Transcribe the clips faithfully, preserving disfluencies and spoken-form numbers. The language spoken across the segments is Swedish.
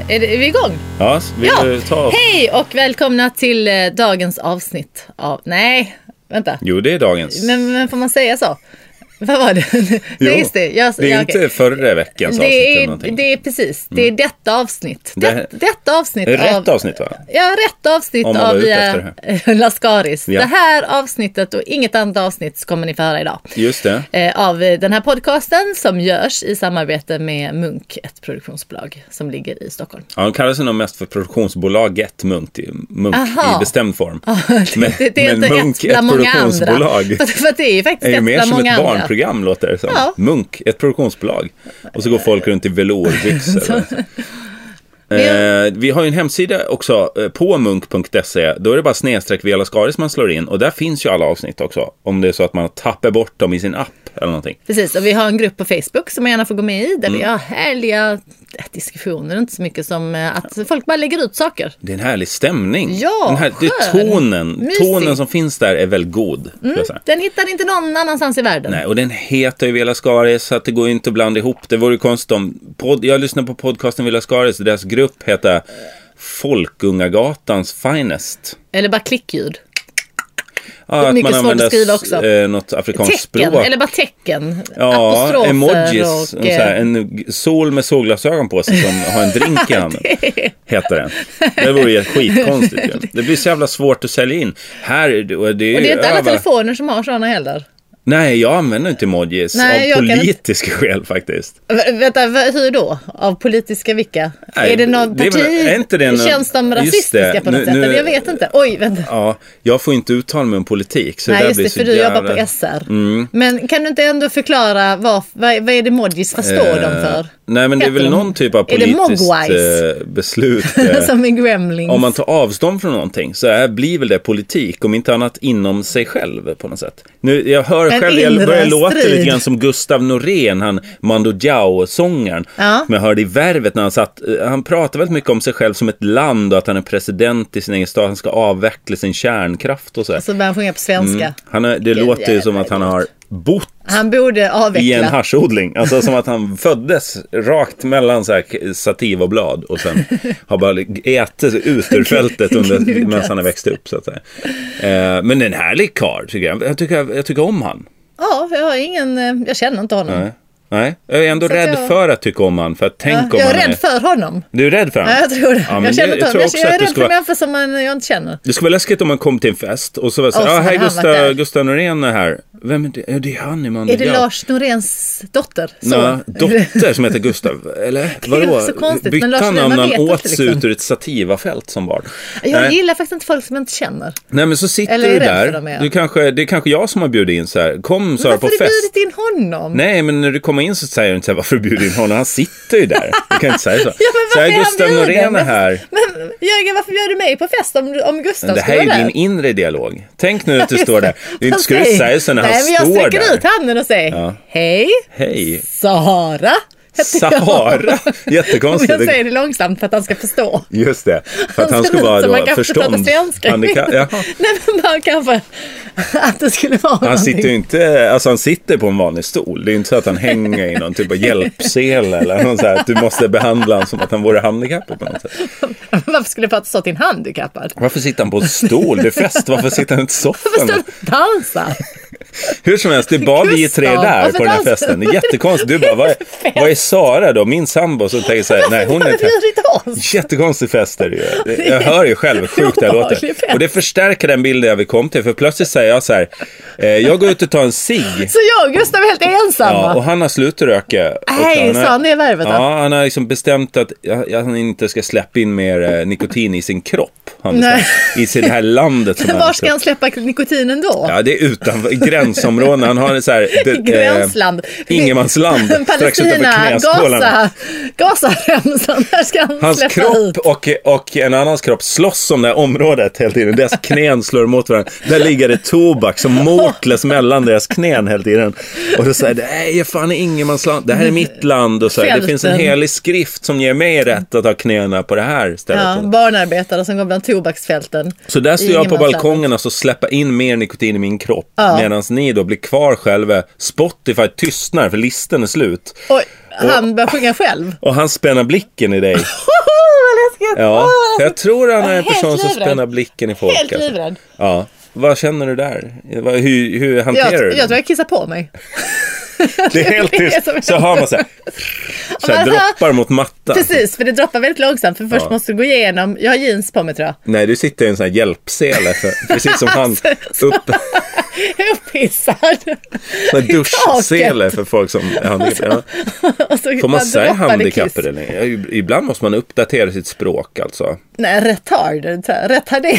är, det, är vi igång? Ja, vill ja. du ta oss? Hej och välkomna till eh, dagens avsnitt av... Nej, vänta. Jo, det är dagens. Men, men får man säga så? Vad var det? Jo, Nej, just det. Jag, det är jag, inte okay. förra veckans det avsnitt är, eller någonting. Det är precis, det är mm. detta avsnitt. Det, det, detta avsnitt är rätt av, avsnitt va? Ja, rätt avsnitt av via Lascaris. Ja. Det här avsnittet och inget annat avsnitt kommer ni få höra idag. Just det. Eh, av den här podcasten som görs i samarbete med Munk, ett produktionsbolag som ligger i Stockholm. Ja, de kallar sig nog mest för produktionsbolaget Munk, Munk i bestämd form. Ah, det, men det, det är men inte Munk, ett ett produktionsbolag. För, för det är ju faktiskt är ju ett mer bland som många ett andra. barnprogram låter det som. Ja. Munk, ett produktionsbolag. Och så går folk runt i velourbyxor. eh, vi har ju en hemsida också eh, på munk punkt se. Då är det bara snedstreck via Lascaris man slår in. Och där finns ju alla avsnitt också. Om det är så att man tappar bort dem i sin app eller någonting. Precis, och vi har en grupp på Facebook som man gärna får gå med i. Där mm. vi har härliga diskussioner, inte så mycket som att folk bara lägger ut saker. Det är en härlig stämning. Ja, den här, det är tonen. Mysig. Tonen som finns där är väl god. Mm. Den hittar inte någon annanstans i världen. Nej, och den heter ju Via Lascaris så att det går inte att blanda ihop. Det vore ju konstigt om... Pod, jag lyssnar på podcasten Via Lascaris och deras grupp heter Folkungagatans Finest. Eller bara klickljud. Ja, att man använder också. Eh, något afrikanskt tecken, språk. Eller bara tecken. Ja, emojis. Och, så här, eh... en sol med solglasögon på sig som har en drink i handen. Heter den. Det vore ju skitkonstigt. Ju. Det blir så jävla svårt att sälja in. Här, det är, och det är inte alla över... telefoner som har sådana heller. Nej, jag använder inte emojis. Nej, av politiska kan... skäl faktiskt. V- vänta, hur då? Av politiska vilka? Nej, är det någon parti? Det är, är inte det någon... Känns de rasistiska på något nu, sätt? Nu... Jag vet inte. Oj, vänta. Ja, jag får inte uttala mig om politik. Så nej, där just blir det, så för du jävla... jobbar på S R. Mm. Men kan du inte ändå förklara vad, vad, vad är det emojis? Vad står eh, de för? Nej, men det är väl någon typ av politiskt eh, beslut. Eh, som en gremlings. Om man tar avstånd från någonting så är, blir väl det politik, om inte annat inom sig själv på något sätt. Nu, jag hör en själv, jag börjar låta lite grann som Gustav Norén, han Mando Diao-sångaren. Ja. Som jag hörde i Värvet när han satt, han pratar väldigt mycket om sig själv som ett land och att han är president i sin egen stad, han ska avveckla sin kärnkraft och så. Alltså börjar han sjunga på svenska. Mm. Han är, det låter ju som att han har bott han borde avveckla. I en haschodling. Alltså som att han föddes rakt mellan så här sativa och blad och sen har bara ätit ut ur fältet under, medan han har växt upp så att säga. Eh, men en härlig karl tycker jag. Jag tycker, jag tycker om han. Ja, jag har ingen, jag känner inte honom. Nej. Nej, jag är ändå så rädd jag... för att tycka om han. För att tänk ja, om jag är han rädd är... för honom. Du är rädd för honom? Ja, jag tror det. Ja, jag känner det, inte jag, tror jag, jag är rädd för vara... människor som man, jag inte känner. Det skulle vara läskigt om man kom till en fest och så var det så här, oh, ja, hej Gustav, Gustav Norén är här. Vem är det? Ja, det är han i man. Är det ja. Lars Noréns dotter? Nej, dotter som heter Gustav. Eller vadå? Det är så konstigt. Bytte men han namn han åt sig liksom. ut ur ett sativafält som barn? Jag Nej. gillar faktiskt inte folk som jag inte känner. Nej, men så sitter eller du där. Dem, ja. Du kanske, det är kanske jag som har bjudit in så här. Kom så här på fest. Varför har du bjudit in honom? Nej, men när du kommer in så säger du inte så här, varför bjudit in honom? Han sitter ju där. Du kan inte säga så. Ja, men så här, Gustav Norén är här. Men Jörgen, varför bjöd du mig på fest om, om Gustav men det här är där? din inre dialog. Tänk nu att du står där. Du inte skulle säga så när Nej, han står där. Nej, men jag sträcker ut handen och säger ja. Hej. Hej. Sara. Sahara, jättekonstigt. Men jag säger det långsamt för att han ska förstå. Just det, för att han, han ska bara då förstånd. Han kan, ja. Nej, men bara kanske att det skulle vara han någonting. Sitter ju inte, alltså han sitter på en vanlig stol. Det är inte så att han hänger i någon typ av hjälpsel eller någon så här, att du måste behandla honom som att han vore handikappad på något sätt. Varför skulle du stå till en handikappad? Varför sitter han på en stol? Det är fest, varför sitter han inte i soffan? Varför står han dansa? Hur som helst, det är bara vi tre där på den här festen. Det är jättekonstigt. Du bara, vad är, vad är Sara då? Min sambo som tänker så här, nej hon är jättekonstig fester. Jag hör ju själv sjukt det låter. Och det förstärker den bilden jag vill komma till. För plötsligt säger jag så här, eh, jag går ut och tar en cigg. Så jag och Gustav är helt ensamma. Ja, och han har slutat röka. Nej, sa han det i Värvet då? Ja, han har liksom bestämt att han inte ska släppa in mer eh, nikotin i sin kropp. Han i det här landet. Som var ska han släppa nikotinen då? Ja, det är utanför gränsområden. Han har så här det, gränsland. Eh, Ingenmansland. Palestina, Gaza, Gaza-remsan. Där ska han hans släppa kropp ut. Och, och en annans kropp slåss om det här området hela tiden. Deras knän slår mot varandra. Där ligger det tobak som mårtles mellan deras knän hela tiden. Och då säger det, nej, jag fan är ingenmansland. Det här är mitt land. Och så här, det finns en helig skrift som ger mig rätt att ha knäna på det här stället. Ja, barnarbetare som går bland tobaksfälten. Så där står jag på balkongen och så släppa in mer nikotin i min kropp. Ja. Medan ni då blir kvar själva. Spotify tystnar för listan är slut. Oj, han börjar sjunga själv. Och han spänner blicken i dig. Ja, jag tror han är en person som spänner blicken i folk. Helt livrädd. Alltså. Ja. Vad känner du där? Hur, hur hanterar jag, du det? Jag tror jag kissar på mig. Det är helt tyst. Så har man så här, så här droppar mot mattan. Precis, för det droppar väldigt långsamt. För först ja. måste du gå igenom. Jag har jeans på mig, tror jag. Nej, du sitter i en sån här hjälpsele. Precis som han upp... Upphissad. En duschsele för folk som är handikappade. Ja. Får man säga handikappade längre? Ibland måste man uppdatera sitt språk, alltså. Nej, retarded. Retarded.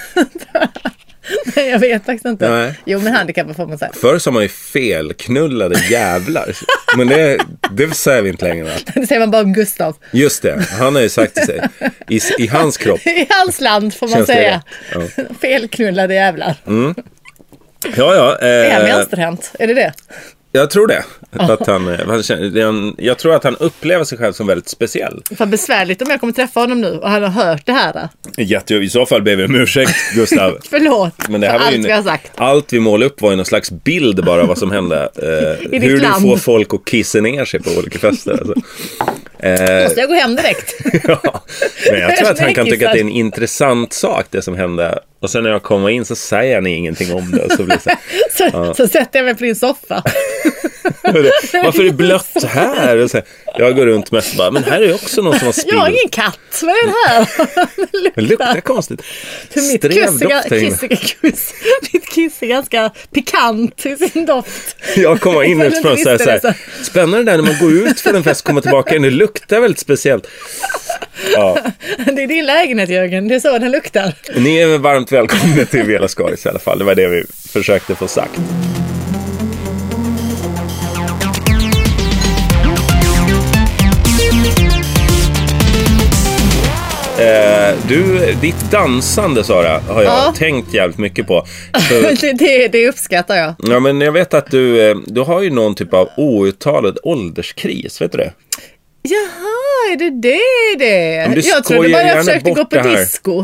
Nej, jag vet faktiskt inte. Nej. Jo, men handikappade får man säga. Förr sa man ju felknullade jävlar. Men det, det säger vi inte längre. Det säger man bara om Gustav. Just det, han har ju sagt det sig. I, i hans kropp. I hans land får man Känns säga. Ja. Felknullade jävlar. Mm. Ja, ja. Eh, är han vänsterhänt? Är det det? Jag tror det. Att han, han känner, jag tror att han upplever sig själv som väldigt speciell. För besvärligt om jag kommer träffa honom nu och han har hört det här. Jätte, I så fall ber vi om ursäkt, Gustav. Förlåt Men det här för var allt ju, vi har sagt. Allt vi målade upp var ju någon slags bild bara av vad som hände. Eh, hur land. du får folk att kissa ner sig på olika fester. Alltså. Eh, Måste jag gå hem direkt? Ja, men jag tror att han kan tycka att det är en intressant sak det som hände. Och sen när jag kommer in så säger han ingenting om det. Så, blir så, så, ja. så sätter jag mig på din soffa. Varför är det blött här? Och så, jag går runt mest bara, men här är också någon som har spillt. Jag har ingen katt, vad är det här? Det luktar, luktar konstigt. Mitt kiss är, kiss, mitt kiss är ganska pikant i sin doft. Jag kommer in utifrån och säger så här, spännande där när man går ut för en fest och kommer tillbaka in, det luktar väldigt speciellt. Ja. Det är din lägenhet, Jörgen, det är så den luktar. Ni är varmt välkomna till Vela Skaris i alla fall, det var det vi försökte få sagt. Eh, du, ditt dansande, Sara, har jag ja. tänkt jävligt mycket på. För, det, det, det uppskattar jag. Ja, men jag vet att du, du har ju någon typ av outtalad ålderskris, vet du det? Jaha, är det det det? Du jag trodde bara jag försökte gå på disco.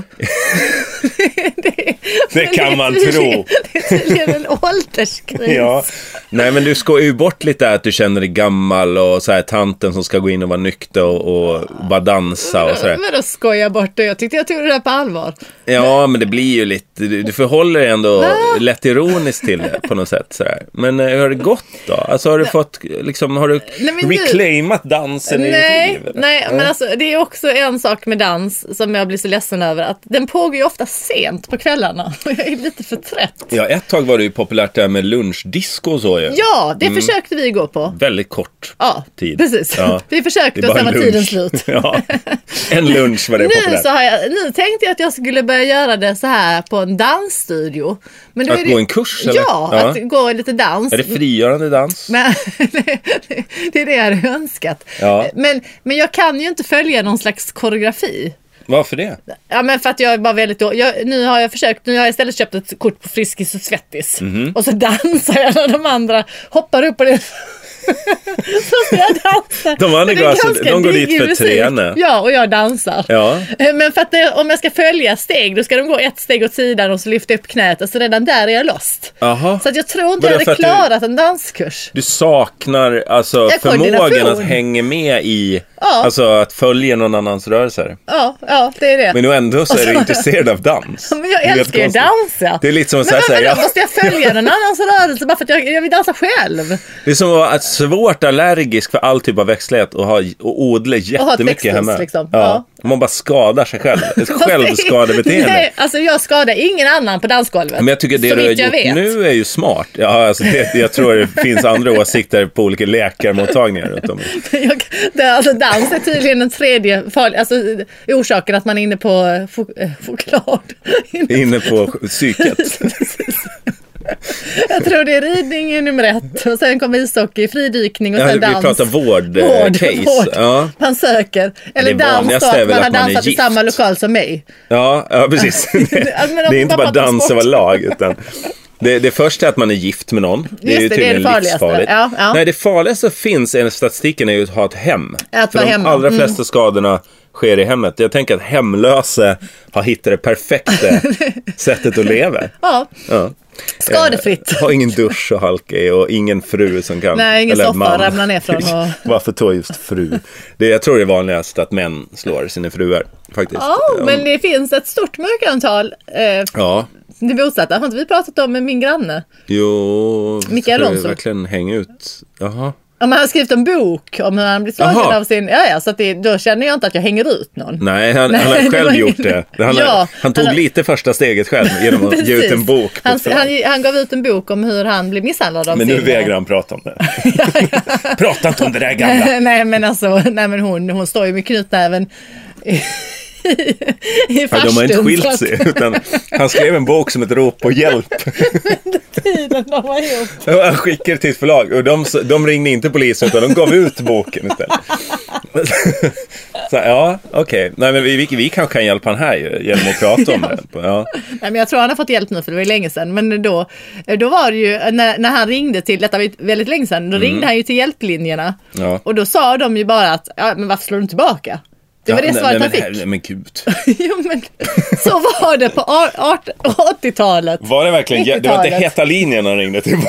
det, det kan det man tro. Det är tydligen en ålderskris. Ja. Nej, men du skojar ju bort lite att du känner dig gammal och så här tanten som ska gå in och vara nykter och, och bara dansa och så där. Men då skojar bort det. Jag tyckte jag tog det där på allvar. Ja, men det blir ju lite, du, du förhåller dig ändå Va? lätt ironiskt till det på något sätt så där. Men hur har det gått då? Alltså har du fått liksom, har du nej, reclaimat dansen nej, i ditt liv? Nej, men alltså det är också en sak med dans som jag blir så ledsen över, att den pågår ju ofta sent på kvällarna. Jag är lite för trött. Ja, ett tag var det ju populärt där med lunchdisco och så ju. Ja, det mm. försökte vi gå på. Väldigt kort ja, tid. Precis. Ja. Vi försökte och sen var tiden slut. Ja, en lunch var det nu populärt. Så har jag, nu tänkte jag att jag skulle börja göra det så här på en dansstudio. Men då att är det, gå en kurs eller? Ja, ja, att gå lite dans. Är det frigörande dans? Men, det är det jag hade önskat. Ja. Men, men jag kan ju inte följa någon slags koreografi. Varför det? Ja, men för att jag är bara väldigt då. Jag, nu har jag försökt, nu har jag istället köpt ett kort på Friskis och Svettis. Mm-hmm. Och så dansar jag när de andra hoppar upp på det. Så ska jag dansa. De andra går, alltså, de går dit för träna. Ja, och jag dansar. Ja. Men för att det, om jag ska följa steg, då ska de gå ett steg åt sidan och så lyfta upp knät. Och så redan där är jag lost. Aha. Så att jag tror inte jag hade klarat du, en danskurs. Du saknar alltså förmågan att hänga med i, ja. Alltså att följa någon annans rörelser. Ja, ja, det är det. Men ändå så är du intresserad av dans. Men jag älskar ju dansa. Det är lite som att men, säga men, ja. Då måste jag följa någon annans rörelse bara för att jag, jag vill dansa själv. Det är som att svårt allergisk för all typ av växtlighet och, ha, och odla jättemycket och hemma. Liksom. Ja. Ja. Man bara skadar sig själv. Ett självskadebeteende. Nej, alltså jag skadar ingen annan på dansgolvet. Men jag tycker det du har gjort vet. nu är ju smart. Ja, alltså det, jag tror det finns andra åsikter på olika läkarmottagningar runt om. Jag, det, alltså dans är tydligen den tredje farliga, alltså orsaken att man är inne på fok, äh, choklad. Inne, inne på psyket. Jag tror det är ridning i nummer ett. Och sen kommer ishockey, fridykning och ja, sen dans. Vi pratar vård, vård case. Vård. Ja. Man söker. Eller dans då, att man har dansat i samma lokal som mig. Ja, ja precis. Det, det är inte bara dans över lag, utan det, det första är att man är gift med någon. Det Just är ju det, tydligen det är det livsfarligt. Ja, ja. Nej, det farligaste finns enligt statistiken är ju att ha ett hem. Att För vara de hemma. allra flesta mm. skadorna sker i hemmet. Jag tänker att hemlösa har hittat det perfekta sättet att leva. Ja. Ja. Skadefritt. Eh, har ingen dusch och halka i och ingen fru som kan... Nej, ingen soffa ramlar ner från. Och... Varför då just fru? Det, jag tror det är vanligast att män slår sina fruar, faktiskt. Ja, oh, men det finns ett stort mörkerantal. Eh, ja. Det motsatta har inte vi pratat om med min granne. Jo, Mikael ska Alonso. verkligen hänga ut. Jaha. Om han har skrivit en bok om hur han blir slagen Aha. av sin... Ja, ja, så att det, då känner jag inte att jag hänger ut någon. Nej, han, Nej, han har själv det gjort det. Han, ja, han tog han, lite första steget själv genom att ge ut en bok. Han, han, han gav ut en bok om hur han blev misshandlad av men sin... Men nu vägrar han prata om det. ja, ja. Prata inte om det där gamla. nej, men alltså, nej, men hon, hon står ju med knutnäven... I ja, de har inte skilt sig utan han skrev en bok som ett rop på hjälp. Tiden de har gjort. Han skickade till ett förlag och de, de ringde inte polisen utan de gav ut boken istället. Så ja, okej. Okay. Nej, men vi, vi, vi kanske kan hjälpa han här ju, genom att prata om det. Ja. Nej, men jag tror han har fått hjälp nu för det var länge sedan. Men då, då var det ju, när, när han ringde till, detta var väldigt länge sedan, då mm. ringde han ju till hjälplinjerna. Ja. Och då sa de ju bara att, ja, men varför slår du tillbaka? Det var ja, det svaret han fick. Nej, men gud. jo, men så var det på åttiotalet. Var det verkligen? Det var inte heta linjen han ringde till.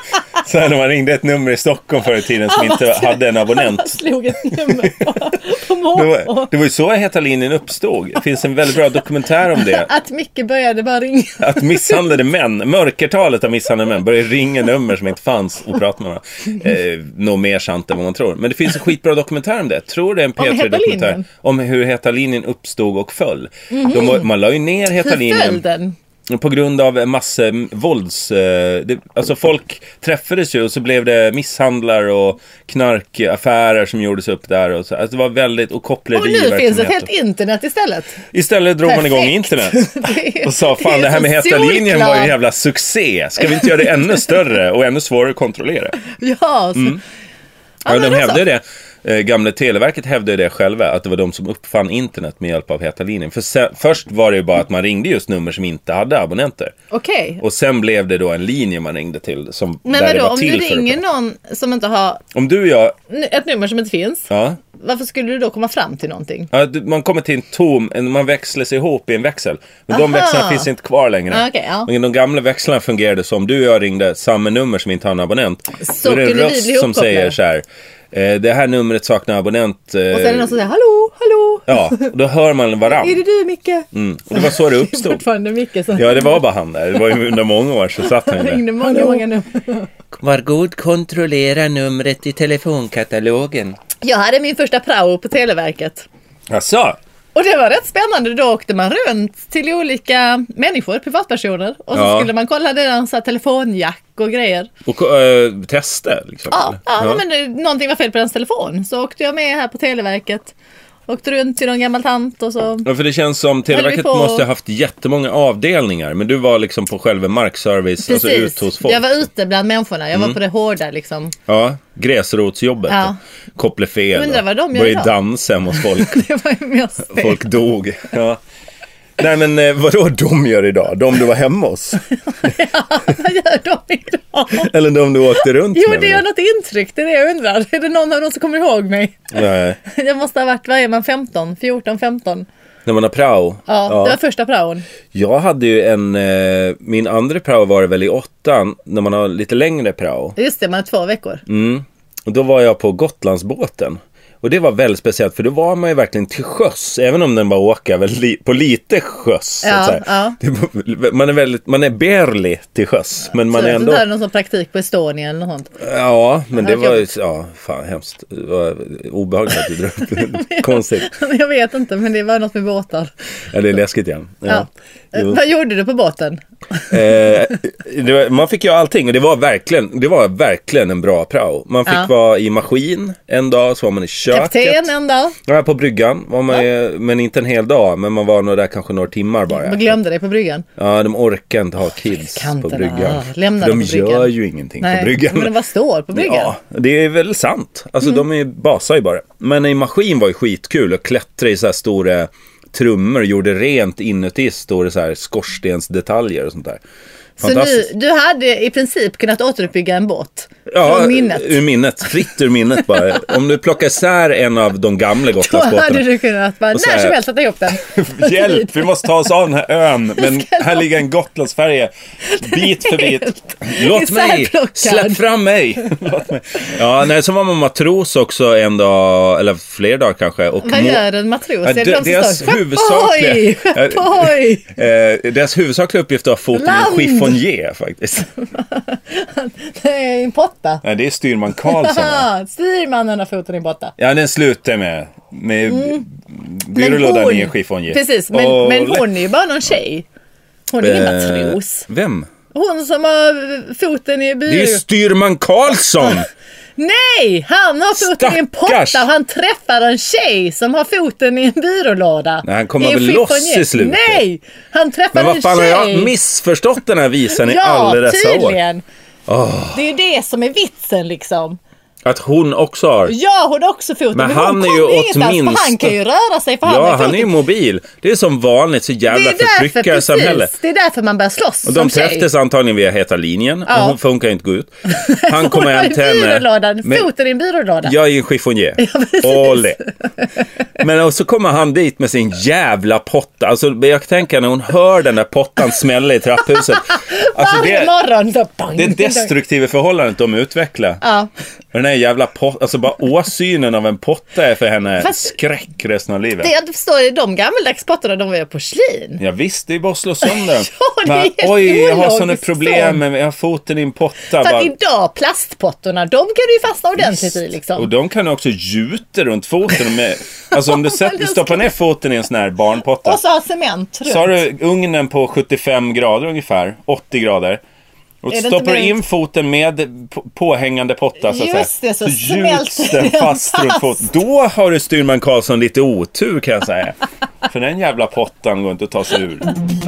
Så när man ringde ett nummer i Stockholm förr i tiden som inte hade en abonnent. Han slog ett nummer på, på det, var, det var ju så heta linjen uppstod. Det finns en väldigt bra dokumentär om det. Att Micke började bara ringa. Att misshandlade män, mörkertalet av misshandlade män började ringa nummer som inte fanns och prata med varandra. Eh, nog mer sant än vad man tror. Men det finns en skitbra dokumentär om det. Jag tror det är en P tre-dokumentär. Om hur heta linjen uppstod och föll. Mm-hmm. De, man la ju ner heta linjen. Hur föll den? På grund av massor vålds... Eh, det, alltså folk träffades ju och så blev det misshandlar och knarkaffärer som gjordes upp där. Och så. Alltså det var väldigt... Och koppleri. Och nu finns ett helt internet istället. Istället drog Perfekt. man igång internet. är, och sa, fan det, det här med heta linjen var ju en jävla succé. Ska vi inte göra det ännu större och ännu svårare att kontrollera? Ja, så... Mm. Ja, ja de hävdade det. Eh, gamla Televerket hävdade det själva att det var de som uppfann internet med hjälp av heta linjen. För sen, först var det ju bara att man ringde just nummer som inte hade abonnenter. Okej. Okay. Och sen blev det då en linje man ringde till som men där vadå, det var om till du ringer för någon som inte har om du och jag ett nummer som inte finns. Ja. Varför skulle du då komma fram till någonting? Ja, man kommer till en tom, man växlar sig ihop i en växel. Men Aha. de växlarna finns inte kvar längre. Ah, okay, ja. Men de gamla växlarna fungerade som du och jag ringde samma nummer som inte har en abonnent. Så då är det en röst som säger så här: det här numret saknar abonnent. Och sen är det någon som säger hallå, hallå. Ja, då hör man varann. Är det du, Micke? Mm. Och det var så det uppstod. Fortfarande Micke. Så. Ja, det var bara han där. Det var ju under många år så satt han där. Ringde många, många nummer. Var god, kontrollera numret i telefonkatalogen. Jag hade min första prao på Televerket. Jaså? Och det var rätt spännande. Då åkte man runt till olika människor, privatpersoner. Och så ja. skulle man kolla deras telefonjack och grejer. Och äh, testa liksom? Ja, ja, ja. men någonting var fel på deras telefon. Så åkte jag med här på Televerket. Åkte runt till någon gammal tant och så... Ja, för det känns som Televerket på... måste ha haft jättemånga avdelningar. Men du var liksom på själva markservice, Precis. alltså ut hos folk. Jag var ute bland människorna. Jag mm. var på det hårda liksom. Ja, gräsrotsjobbet. Ja. Koppla fel. Jag undrar vad de gör började dansa hos folk. Det var ju mest folk dog. Ja. Nej, men vadå de gör idag? De du var hemma hos? Ja, vad gör de idag? Eller de du åkte runt jo, med? Jo, det är något intryck, det är det jag undrar. Är det någon av dem som kommer ihåg mig? Nej. Jag måste ha varit, vad är man, femton, fjorton, femton? När man har prao? Ja, ja, det var första praon. Jag hade ju en, eh, min andra prao var väl i åttan, när man har lite längre prao. Just det, man har två veckor. Mm, och då var jag på Gotlandsbåten. Och det var väldigt speciellt, för då var man ju verkligen till sjöss, även om den bara åker väl li- på lite sjöss. Ja, så att säga. Ja. Man är väldigt, man är barely till sjöss, men man så är ändå... Så det är någon sån praktik på Estonia eller något sånt. Ja, men det var ju, ja, fan hemskt. Det var obehagligt att du drar upp. Konstigt. Jag vet inte, men det var något med båtar. Ja, det är läskigt igen. Ja. Ja. Vad gjorde du på båten? Eh, det var, man fick ju allting och det var verkligen, det var verkligen en bra prao. Man fick ja. vara i maskin en dag, så var man i köket. Kapten en dag. Ja, på bryggan var man ja. ju, men inte en hel dag, men man var nog där kanske några timmar bara. Man glömde dig på bryggan. Ja, de orkar inte ha kids Kanterna. på bryggan. Lämna de på bryggan. gör ju ingenting Nej, på bryggan. Men vad står på bryggan? Ja, det är väl sant. Alltså mm. de är basar ju bara. Men i maskin var ju skitkul och klättra i så här stora trummor, gjorde rent inuti stora så här skorstensdetaljer och sånt där. Så nu, du hade i princip kunnat återuppbygga en båt. Ja, från minnet. ur minnet. Fritt ur minnet bara. Om du plockar isär en av de gamla Gotlandsbåtarna. Då hade du kunnat bara, när som helst sätta ihop den. Hjälp, vi måste ta oss av den här ön. Men här ligger en Gotlandsfärja. Bit för bit. Låt mig, släpp fram mig. Låt mig. Ja, nej, så var man matros också en dag, eller flera dagar kanske. Och vad gör en matros? Ja, det de deras, huvudsakliga, eh, deras huvudsakliga uppgift är att få till en chiffonier faktiskt. Det är en potta. Nej, det är styrman Karlsson. Styrmannen har foten i potta. Ja, den slutar med med mm. byrålådan i en chiffonier. Precis, men, oh, men hon är ju bara någon tjej. Hon är ingen eh, matros. Vem? Hon som har foten i byrå. Det är styrman Karlsson. Nej, han har foten Stackars. i en potta och han träffar en tjej som har foten i en byrålåda. Nej, han kommer väl loss i slutet. Nej, han träffar Men vad en fan tjej. Har jag missförstått den här visan i ja, alla dessa tydligen. år? Oh. Det är ju det som är vitsen liksom. Att hon också har... Ja, hon har också foten. Men, men han är ju åtminstone... Han kan ju röra sig för ja, han, han är ju mobil. Det är som vanligt så jävla förtryckarsamhälle. Det är därför man börjar slåss. Och de träffades antagligen via Heta linjen. Ja. Och hon funkar ju inte gå ut. Han kommer hem till henne. Med... Foten i en byrålåda. Jag är ju en chiffonier. Ja, men och så kommer han dit med sin jävla potta. Alltså jag tänker när hon hör den där pottan smälla i trapphuset. Alltså, varje det, morgon. Då, bang, det destruktiva förhållandet de utvecklar. Ja. Och den här jävla pot, alltså bara åsynen av en potta är för henne fast skräck resten av livet. Det jag förstår, de gammaldags pottarna, de var ju porslin. Ja visst, det är bara att slå sönder dem. Ja, det är helt oj, jag har sådana problem med jag har foten i en potta. Så bara... att idag, plastpottorna, de kan du ju fastna ordentligt visst. i liksom. Och de kan också gjuta runt foten med, alltså om du sätter, stoppar ner foten i en sån här barnpotta. Och så har cement runt. Så har du ugnen på sjuttiofem grader ungefär, åttio grader. Och stoppar du in foten med påhängande potta så att just det, så, så gjuts den fast runt foten. Då har du styrman Karlsson lite otur kan jag säga. För den jävla pottan går inte att ta sig ur.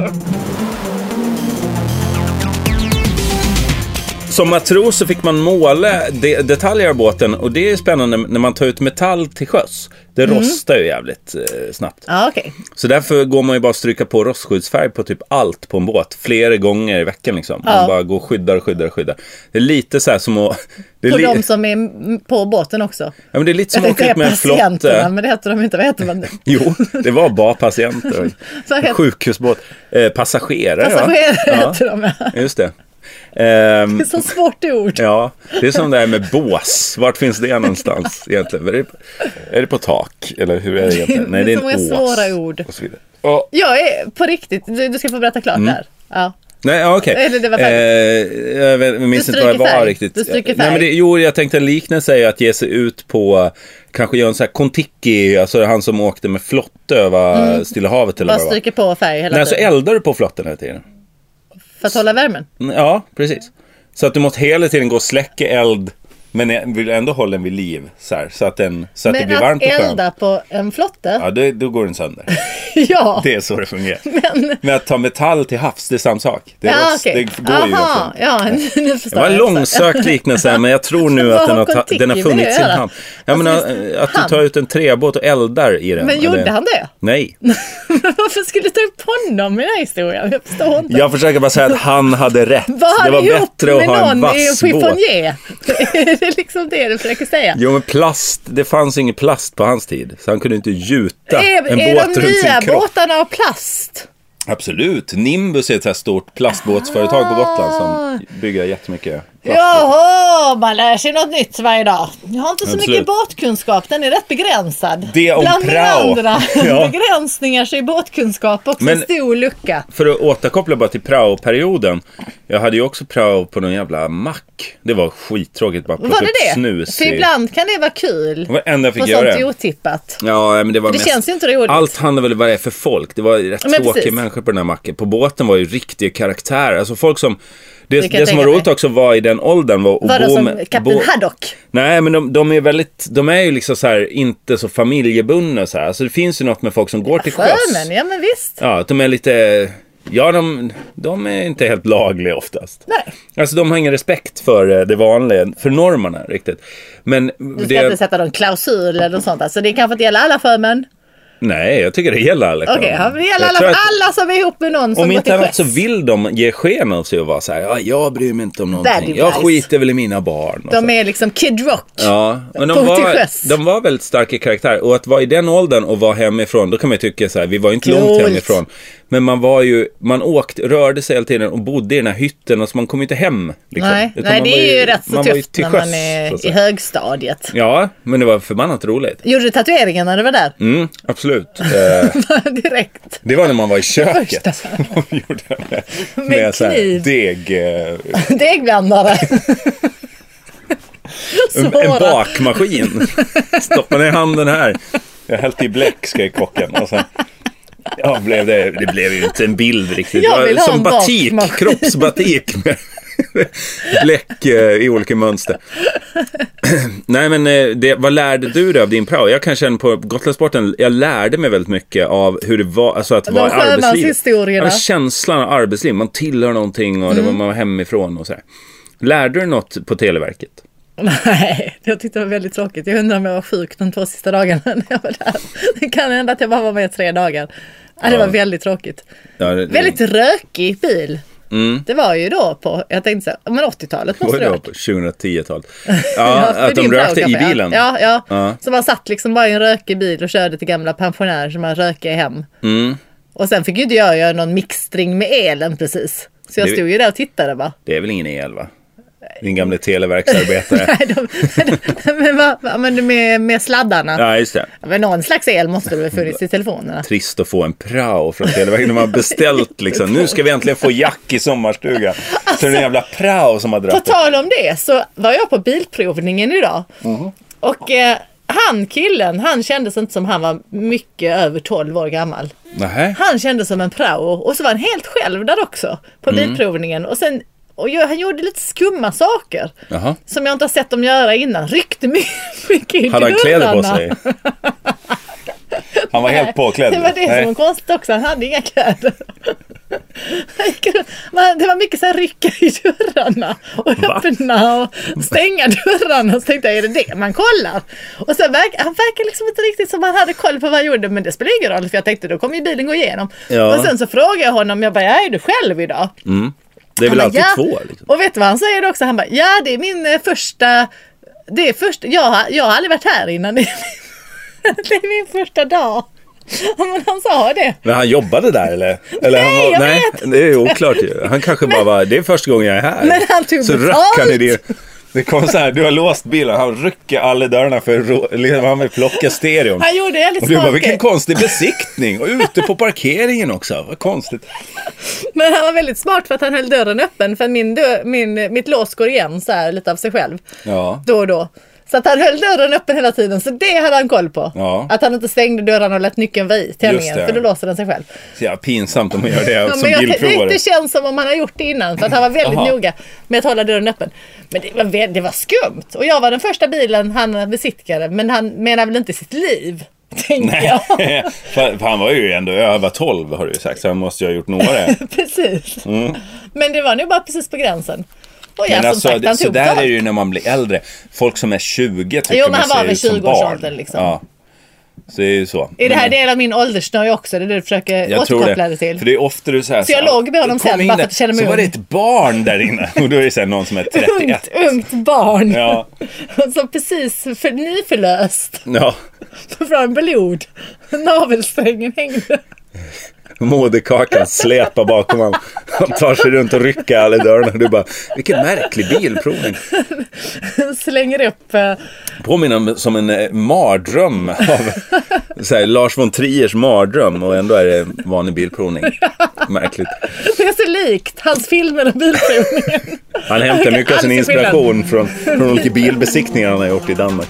Som matros så fick man måla de- detaljer av båten. Och det är spännande när man tar ut metall till sjöss. Det mm. rostar ju jävligt eh, snabbt. Ah, okay. Så därför går man ju bara att stryka på rostskyddsfärg på typ allt på en båt. Flera gånger i veckan liksom. Man ah. bara går och skyddar och skyddar och skyddar. Det är lite så här som att... Det är på li- de som är på båten också. Ja, men det är lite som att åka ut med en flotte. Men det heter de inte, vad heter man det? Jo, det var bara patienter. Sjukhusbåt. Eh, passagerare, Passagerare ja. heter de, ja. Just det. Um, det är så svårt ord. Ja, det är som det här med bås. Vart finns det någonstans egentligen? Är det, är det på tak? Eller hur är det egentligen? Nej, det är en ås. Svåra ord. Och så vidare. Och, jag är på riktigt, du, du ska få berätta klart mm. där. Ja. Nej, okej. Okay. Eller det var färdigt. Eh, jag, vet, jag minns inte vad det var färg. riktigt. Du stryker färg. Nej, men det, jo, jag tänkte en liknelse är att ge sig ut på kanske göra en sån här Kontiki, alltså han som åkte med flotte över mm. Stilla havet eller bara vad det var. stryker på färg hela Nej, tiden. så eldar du på flotten hela tiden. För att hålla värmen? Ja, precis. Så att du måste hela tiden gå och släcka eld, men vill ändå hålla den vid liv. Så, här, så att, den, så att det blir varmt på sjön. Men att elda på en flotte? Ja, det, då går den sönder. Ja. Det är så det fungerar. Men, men att ta metall till havs, det är samma sak. Det, är ja, också, okay. det går Aha, ju. Ja, nu förstår det var en långsökt liknelse, men jag tror nu att den har, ta, den har funnits i en hamn. Jag menar, att du tar ut en träbåt och eldar i den. Men gjorde eller? han det? Nej. Varför skulle du ta upp honom i den här historien? Jag förstår inte. Jag försöker bara säga att han hade rätt. Var det var bättre att ha en vass båt. Är det liksom det du försöker säga? Jo, men plast, det fanns ingen plast på hans tid. Så han kunde inte gjuta är, en är båt de runt sin kropp. Är de nya båtarna av plast? Absolut. Nimbus är ett här stort plastbåtsföretag på Gotland som bygger jättemycket plastbåt. Jaha, man lär sig något nytt varje dag. Jag har inte så Absolut. mycket båtkunskap, den är rätt begränsad. Det om Bland prao. andra ja. begränsningar så är båtkunskap också Men, en stor lucka. För att återkoppla bara till prao-perioden. Jag hade ju också prao på någon jävla mack. Det var skittråkigt bara plocka var det upp det? snus. För i... ibland kan det vara kul. Det var enda jag fick och göra. sånt otippat. Ja, men det var det mest... känns ju inte roligt. Allt handlar väl vad det är för folk. Det var rätt men tråkiga precis. människor på den här macken. På båten var ju riktiga karaktärer. Alltså folk som... Det, det, det som var roligt också var i den åldern var, var det som med, Kapten Haddock? Nej, men de, de är väldigt, de är ju liksom så här inte så familjebundna så här. Alltså det finns ju något med folk som går till sjöss. Sjömän, ja men visst. Ja, att de är lite, ja de, de är inte helt lagliga oftast. Nej. Alltså de har ingen respekt för det vanliga, för normerna riktigt. Men du ska det... inte sätta någon klausul eller något sånt. Alltså det kan få inte gälla alla sjömän. Nej, jag tycker det gäller alla. Okej, okay, det gäller alla, att, alla som är ihop med någon som om går inte till annat så vill de ge sken av sig och vara så här, ja, jag bryr mig inte om någonting. Jag skiter väl i mina barn. De är liksom Kid Rock. Ja, men de var, de var väldigt starka karaktär. Och att vara i den åldern och vara hemifrån, då kan man ju tycka så här, vi var inte Coolt. långt hemifrån. Men man var ju, man åkte, rörde sig hela tiden och bodde i den här hytten och så man kom inte hem. Liksom. Nej, nej det är ju, ju rätt så tufft när man är i högstadiet. Ja, men det var förbannat roligt. Gjorde du tatueringen när du var där? Mm, absolut. Direkt. Det var när man var i köket. Gjorde det. Med, med så här deg... Degblandare. en, en bakmaskin. Stoppa ner handen här. Jag hällde i bläck, skrev kocken. Och sen... Ja, blev det, det blev ju inte en bild riktigt. Jag vill det var ha som en batik, bakmaskin. kroppsbatik med bläck i olika mönster. Nej, men det, vad lärde du dig av din prao? Jag kan känna på Gotlandsporten, jag lärde mig väldigt mycket av hur det var, alltså att vara i arbetslivet. Ja, känslan av arbetsliv, man tillhör någonting och mm. det var man var hemifrån och så här. Lärde du något på Televerket? Nej, jag tyckte det var väldigt tråkigt. Jag undrar om jag var sjuk de två sista dagarna när jag var där. Det kan hända att jag bara var med tre dagar. Ja, det var väldigt tråkigt. Ja, det, det... Väldigt rökig bil. Mm. Det var ju då på, jag tänkte så här, men åttiotalet måste det vara. På tjugohundratio-talet. Ja, ja att de rökte i bilen. Ja, ja, ja. Så man satt liksom bara i en rökig bil och körde till gamla pensionärer som man röker hem. Mm. Och sen fick ju inte jag göra någon mixtring med elen precis. Så jag det... stod ju där och tittade bara. Det är väl ingen el, va? Din gamla televerksarbetare. Nej, de, de, men, va, men med, med sladdarna. Ja, just det. Men någon slags el måste det väl funnits i telefonerna. Trist att få en prao från Televerket. De har beställt liksom, nu ska vi äntligen få jack i sommarstuga. Alltså, så det är en jävla prao som har dragit. På tal om det så var jag på bilprovningen idag. Mm. Och eh, han killen, han kändes inte som han var mycket över tolv år gammal. Nähä. Han kändes som en prao. Och så var han helt själv där också på mm. bilprovningen. Och sen Och jag, han gjorde lite skumma saker. Jaha. Som jag inte har sett dem göra innan. Ryckte mycket i hade han kläder på sig? Han var helt påklädd. Det var det Nej. som var konstigt också. Han hade inga kläder. Det var mycket så här rycka i dörrarna. Och öppna och stänga dörrarna. Så tänkte jag, är det det man kollar? Och så verkar, han verkar liksom inte riktigt som han hade koll på vad han gjorde. Men det spelar ingen roll. För jag tänkte, då kommer ju bilen gå igenom. Ja. Och sen så frågade jag honom, jag bara, är du själv idag? Mm. Det är väl bara, alltid ja. två liksom. Och vet du vad han säger också? Han bara, ja det är min eh, första Det är första jag, har, jag har aldrig varit här innan. Det är min, det är min första dag. Men han sa det. Men han jobbade där eller? eller nej, han var, jag nej vet. Det är oklart ju. Han kanske men, bara var, det är första gången jag är här. Men han tog så röck han i det. Det kom så här, du har låst bilen, han rycker alla dörrarna för liksom, han vill plocka stereon. Han gjorde det lite och du bara, vilken konstig besiktning. Och ute på parkeringen också, vad konstigt. Men han var väldigt smart för att han höll dörren öppen. För min dörr, min, mitt lås går igen så här lite av sig själv. Ja. Då och då. Så att han höll dörren öppen hela tiden. Så det hade han koll på. Ja. Att han inte stängde dörren och lät nyckeln vara i tändningen. För då låser den sig själv. Så ja, pinsamt om man gör det ja, som bilprovare. Det känns som om han har gjort det innan. För att han var väldigt Aha. noga med att hålla dörren öppen. Men det var, det var skumt. Och jag var den första bilen han besiktigade. Men han menar väl inte sitt liv. Nej, jag. för, för han var ju ändå över tolv har du ju sagt. Så han måste ju ha gjort några. Precis. Mm. Men det var nog bara precis på gränsen. Och men alltså, sagt, det, så där är det ju när man blir äldre. Folk som är tjugo tycker jo, men han var väl tjugo-årsåldern liksom. Ja. Så det är ju så. Är det här del av min åldersnöj också? Det är det du försöker jag återkoppla det till. För det är ofta du säger så, så jag låg med honom sen bara för att känna mig så var det ett barn där inne. Och då är det så här, någon som är trettioett. Ungt, ungt barn. Ja. Som precis för, nyförlöst. Ja. Från blod. Navelsträngen hängde. Moderkakan släpar bakom honom. Han tar sig runt och rycker alla dörrarna. Du bara, vilken märklig bilprovning. Slänger upp uh... påminner som en eh, mardröm av så här, Lars von Triers mardröm. Och ändå är det vanlig bilprovning. Märkligt. Det är så likt hans filmer och bilprovningen. Han hämtar mycket av sin inspiration från, från olika bilbesiktningar han har gjort i Danmark.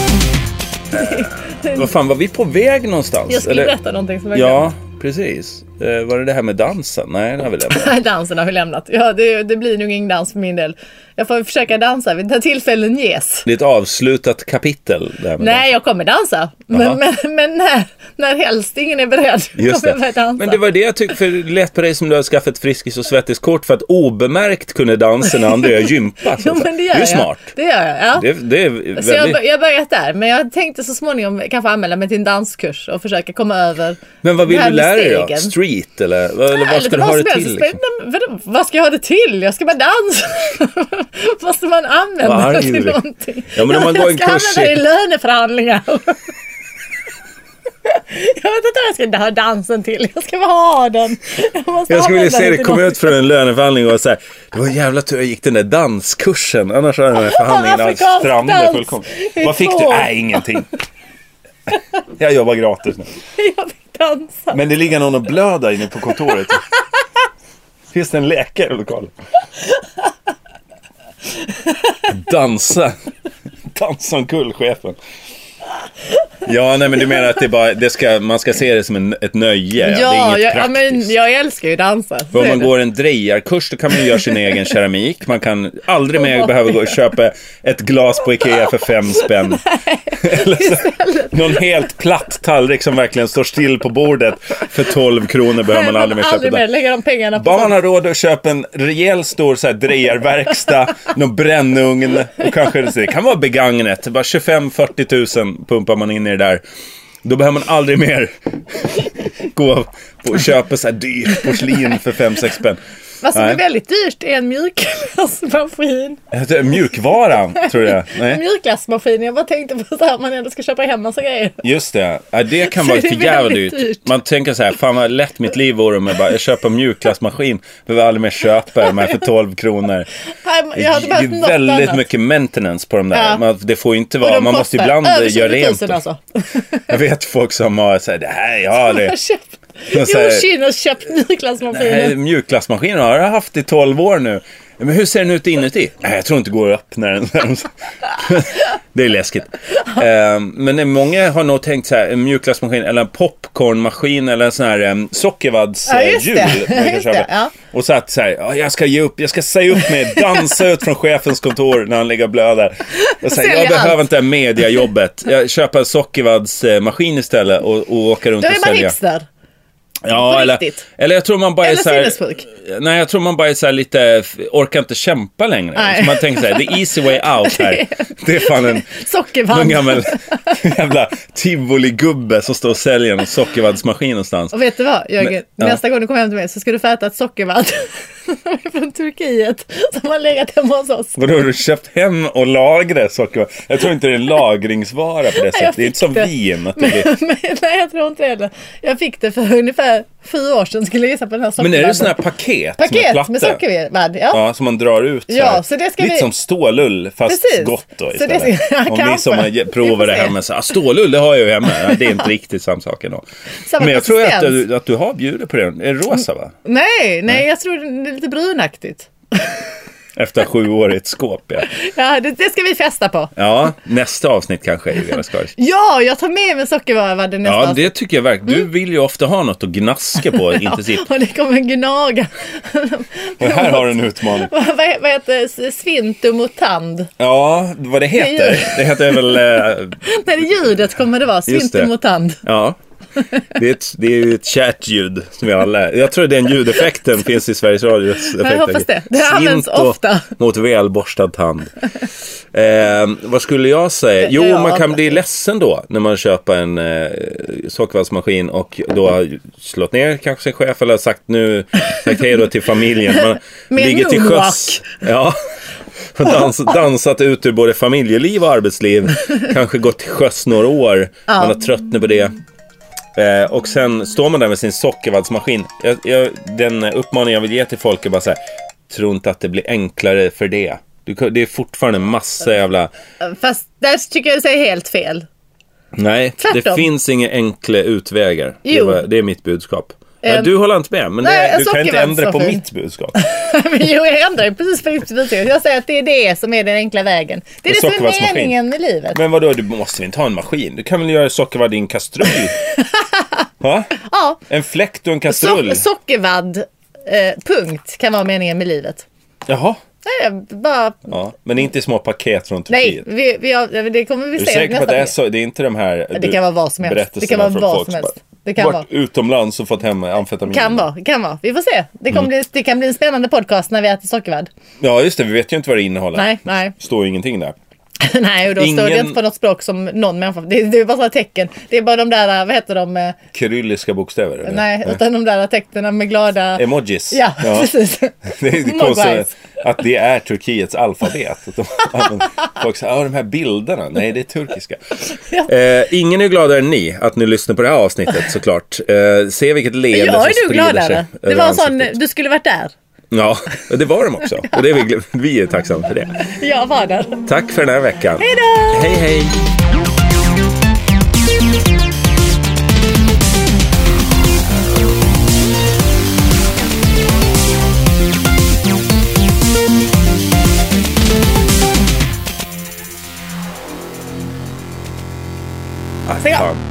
Vad fan, var vi på väg någonstans? Jag skulle eller? berätta någonting som var Ja, glömt. Precis. Eh, var det det här med dansen? Nej, det har vi lämnat. Nej, dansen har vi lämnat. Ja, det, det blir nog ingen dans för min del. Jag får försöka dansa vid när tillfällen ges. Det är ett avslutat kapitel. Det här med Nej, dans. jag kommer dansa. Men, men, men när, när helst ingen är beredd Just kommer jag börja dansa. Men det var det jag tyckte, för det lät på dig som du har skaffat Friskis och Svettis-kort för att obemärkt kunna dansa när andra gör gympa. Jo, men det gör det är jag. smart. Det gör jag, ja. Det, det är väldigt... Så jag, jag har börjat där, men jag tänkte så småningom kanske anmäla mig till en danskurs och försöka komma över. Men vad vill du lära dig då? Street eller, eller Nej, vad ska du ha det till? Liksom? Men, vad ska jag ha det till? Jag ska bara dansa. Måste man använda Varje det till någonting? Ja, men om man går en jag ska kurs använda det i löneförhandlingar. Jag vet inte vad jag ska ha dansen till. Jag ska bara ha den. Jag, jag skulle vilja se dig komma ut från en löneförhandling och säga det var en jävla tur jag gick den där danskursen. Annars hade den här förhandlingen alls framme fullkomligt. Vad fick du? Nej, ingenting. Jag jobbar gratis nu. Jag fick dansa. Men det ligger någon och blöder inne på kontoret. Finns det en läkare i lokalen? Dansa. Dansa omkull chefen. Ja, nej, men du menar att det bara, det ska, man ska se det som en, ett nöje. Ja, det är inget jag, praktiskt. Ja, men jag älskar ju dansa. För om man går en drejarkurs då kan man göra sin egen keramik. Man kan aldrig mer behöva gå och köpa ett glas på Ikea för fem spänn. Eller så, någon helt platt tallrik som verkligen står still på bordet för tolv kronor behöver man aldrig mer köpa. Aldrig mer lägga de pengarna på. Barn har råd att köpa en rejäl stor så här drejarverkstad, någon brännugn och kanske det kan vara begagnet. Bara tjugofem till fyrtio tusen pumpar man in i det där. Då behöver man aldrig mer gå och köpa så här dyrt porslin för fem sex spänn. Vad som är väldigt dyrt är en mjukglassmaskin. Mjukvara, tror jag. Nej. Mjukglassmaskin, jag bara tänkte på så här, man ändå ska köpa hem massa grejer. Just det, ja, det kan vara för jävla dyrt. dyrt. Man tänker så här, fan vad lätt mitt liv vore med bara, jag köper mjukglassmaskin, behöver aldrig mer köpa de här för tolv kronor. Jag hade det är väldigt annat. Mycket maintenance på de där. Ja. Man, det får inte vara, man måste ibland göra rent. Alltså. Jag vet folk som har så här, det här, jag har aldrig... Jo, Kina har köpt mjukglassmaskiner. Mjukglassmaskiner har jag haft i tolv år nu. Men hur ser den ut inuti? Nej, jag tror inte det går att öppna den. Det är läskigt. uh, Men många har nog tänkt så här, en mjukglassmaskin eller en popcornmaskin eller en sån här um, sockervadshjul. Ja, ja. Och så att så här, ja, jag ska ge upp, jag ska säga upp mig, dansa ut från chefens kontor när han ligger och blöder. Och så här, jag allt. behöver inte mediajobbet. Jag köper en sockervadsmaskin istället och, och åker runt och säljer. Då är man hipster. Ja, eller, eller jag tror man bara är så här, nej, jag tror man bara är så här lite, orkar inte kämpa längre. Nej. Så man tänker så här, the easy way out här. Det är fan en någon gammal jävla tivoli-gubbe som står och säljer en sockervaddsmaskin någonstans. Och vet du vad, Jörgen? Men, nästa ja. gång du kommer hem till mig så ska du få äta ett sockervadd från Turkiet som har legat hemma hos oss. Vadå, har du köpt hem och lagrat sockervadd? Jag tror inte det är en lagringsvara på det sättet. Det är inte som det. Vin. Att det men, men, nej, jag tror inte det. Jag fick det för ungefär fyra år sedan, skulle jag gissa på den här sockervadden. Men är det sån här paket? Paket med sockervadd, ja. Ja, som man drar ut så ja, så det ska lite vi... som stålull, fast precis. Gott då istället. Så det ska... Om ni som har provat det hemma så, ah, stålull, det har jag ju hemma. Det är inte riktigt samma sak ändå. Men jag tror att du, att du har bjudit på det. Är det rosa, va? Nej, nej, nej, jag tror det är lite brunaktigt. Efter sju år i ett skåp, ja. Ja, det, det ska vi festa på. Ja, nästa avsnitt kanske är det. Ja, jag tar med mig sockervadd nästa Ja, det avsnitt. tycker jag verkligen. Du vill ju ofta ha något att gnaska på intensivt. Ja, och det kommer gnaga. Och här har du en utmaning. vad, vad heter svintum och tand? Ja, vad det heter. Det, det heter väl... Eh... Nej, det ljudet kommer det vara. Svintum och tand. Ja. Det är, ett, det är ju ett kärt ljud som vi alla. Jag tror den ljudeffekten finns i Sveriges Radio. Jag hoppas det. Det används ofta. Mot välborstad tand. Eh, vad skulle jag säga? Jo, ja, man kan bli ledsen då när man köper en eh, sockervaddsmaskin och då har slått ner kanske sin chef eller sagt nu sagt hej då till familjen. Man ligger till sjöss. Ja. Dans, dansat ut ur både familjeliv och arbetsliv. Kanske gått till sjöss några år. Ja. Man har tröttnat på det. Eh, och sen står man där med sin sockervaddsmaskin. Jag, jag, den uppmaning jag vill ge till folk är bara så här: tro inte att det blir enklare för det. Du, det är fortfarande en massa jävla... Fast där tycker jag det säger helt fel. Nej, tvärtom. Det finns inga enkla utvägar. Det, var, det är mitt budskap. Um, du håller inte med, men nej, det, du kan inte ändra på mitt budskap. Men jo, jag ändrar precis på mitt budskap. Jag säger att det är det som är den enkla vägen. Det är det som är meningen med livet. Men vadå, du måste inte ha en maskin. Du kan väl göra sockervadd i en kastrull? Va? Ja. En fläkt och en kastrull. So- sockervadd, eh, punkt, kan vara meningen med livet. Jaha. Nej, bara... Ja, men inte i små paket från Turkiet. Nej, vi, vi har, det kommer vi se. Är du säker på att det är så? Det är inte de här... Det kan vara vad som helst. Det kan vara vad som helst. Det kan vara utomlands och fått hem amfetamin. Kan vara, kan vara. Vi får se. Det, kommer mm. bli, det kan bli en spännande podcast när vi äter sockervadd. Ja, just det. Vi vet ju inte vad det innehåller. Nej, nej. Står ingenting där. Nej, och då Ingen... står det inte på något språk som någon människa... Det, det är bara sådana tecken. Det är bara de där, vad heter de? Kyrilliska bokstäver? Eller? Nej, Nej, utan de där tecknen med glada... Emojis. Ja, ja. Precis. Det är konstigt att det är Turkiets alfabet. Att de, folk säger, ja, de här bilderna. Nej, det är turkiska. Ja. Eh, ingen är gladare än ni att ni lyssnar på det här avsnittet, såklart. Eh, se vilket leende som sprider sig. Jag är gladare. Det var en sån, du skulle varit där. Ja, det var de också. Och det är vi, vi är tacksamma för det. Jag var där. Tack för den här veckan. Hej då! Hej, hej! Ah, fan.